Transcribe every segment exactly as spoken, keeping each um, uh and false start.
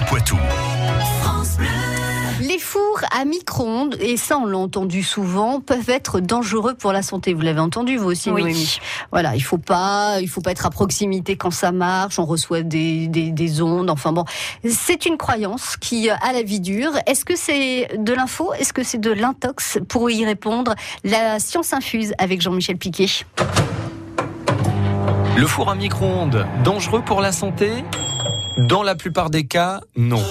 Poitou. Les fours à micro-ondes, et ça on l'a entendu souvent, peuvent être dangereux pour la santé. Vous l'avez entendu vous aussi, oui. Noémie. Voilà, il faut pas, il faut pas être à proximité quand ça marche. On reçoit des, des, des ondes. Enfin bon, c'est une croyance qui a la vie dure. Est-ce que c'est de l'info? Est-ce que c'est de l'intox? Pour y répondre, la science infuse avec Jean-Michel Piquet. Le four à micro-ondes, dangereux pour la santé? Dans la plupart des cas, non.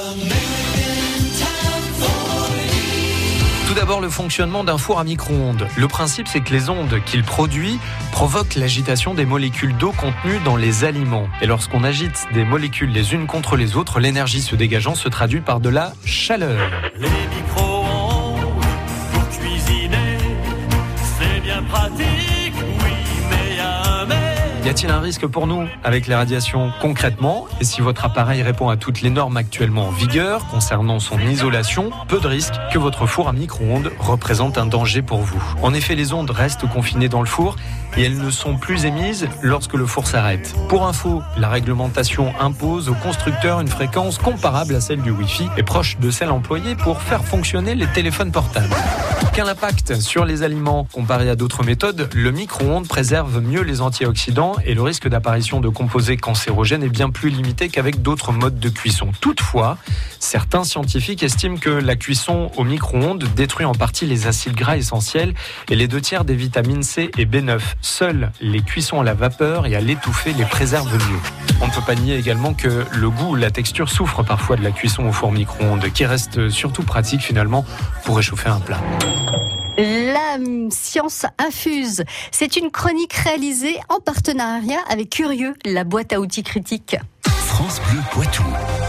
Tout d'abord, le fonctionnement d'un four à micro-ondes. Le principe, c'est que les ondes qu'il produit provoquent l'agitation des molécules d'eau contenues dans les aliments. Et lorsqu'on agite des molécules les unes contre les autres, l'énergie se dégageant se traduit par de la chaleur. Les micro-ondes pour cuisiner, c'est bien pratique, oui, mais y a un mais. Y a-t-il un risque pour nous avec les radiations concrètement? Et si votre appareil répond à toutes les normes actuellement en vigueur concernant son isolation, peu de risque que votre four à micro-ondes représente un danger pour vous. En effet, les ondes restent confinées dans le four et elles ne sont plus émises lorsque le four s'arrête. Pour info, la réglementation impose aux constructeurs une fréquence comparable à celle du Wi-Fi et proche de celle employée pour faire fonctionner les téléphones portables. Quel impact sur les aliments? Comparé à d'autres méthodes, le micro-ondes préserve mieux les antioxydants et le risque d'apparition de composés cancérogènes est bien plus limité qu'avec d'autres modes de cuisson. Toutefois, certains scientifiques estiment que la cuisson au micro-ondes détruit en partie les acides gras essentiels et les deux tiers des vitamines C et B neuf. Seules les cuissons à la vapeur et à l'étouffer les préservent mieux. On ne peut pas nier également que le goût ou la texture souffrent parfois de la cuisson au four micro-ondes, qui reste surtout pratique finalement pour réchauffer un plat. La science infuse, c'est une chronique réalisée en partenariat avec Curieux, la boîte à outils critique. France Bleu Poitou.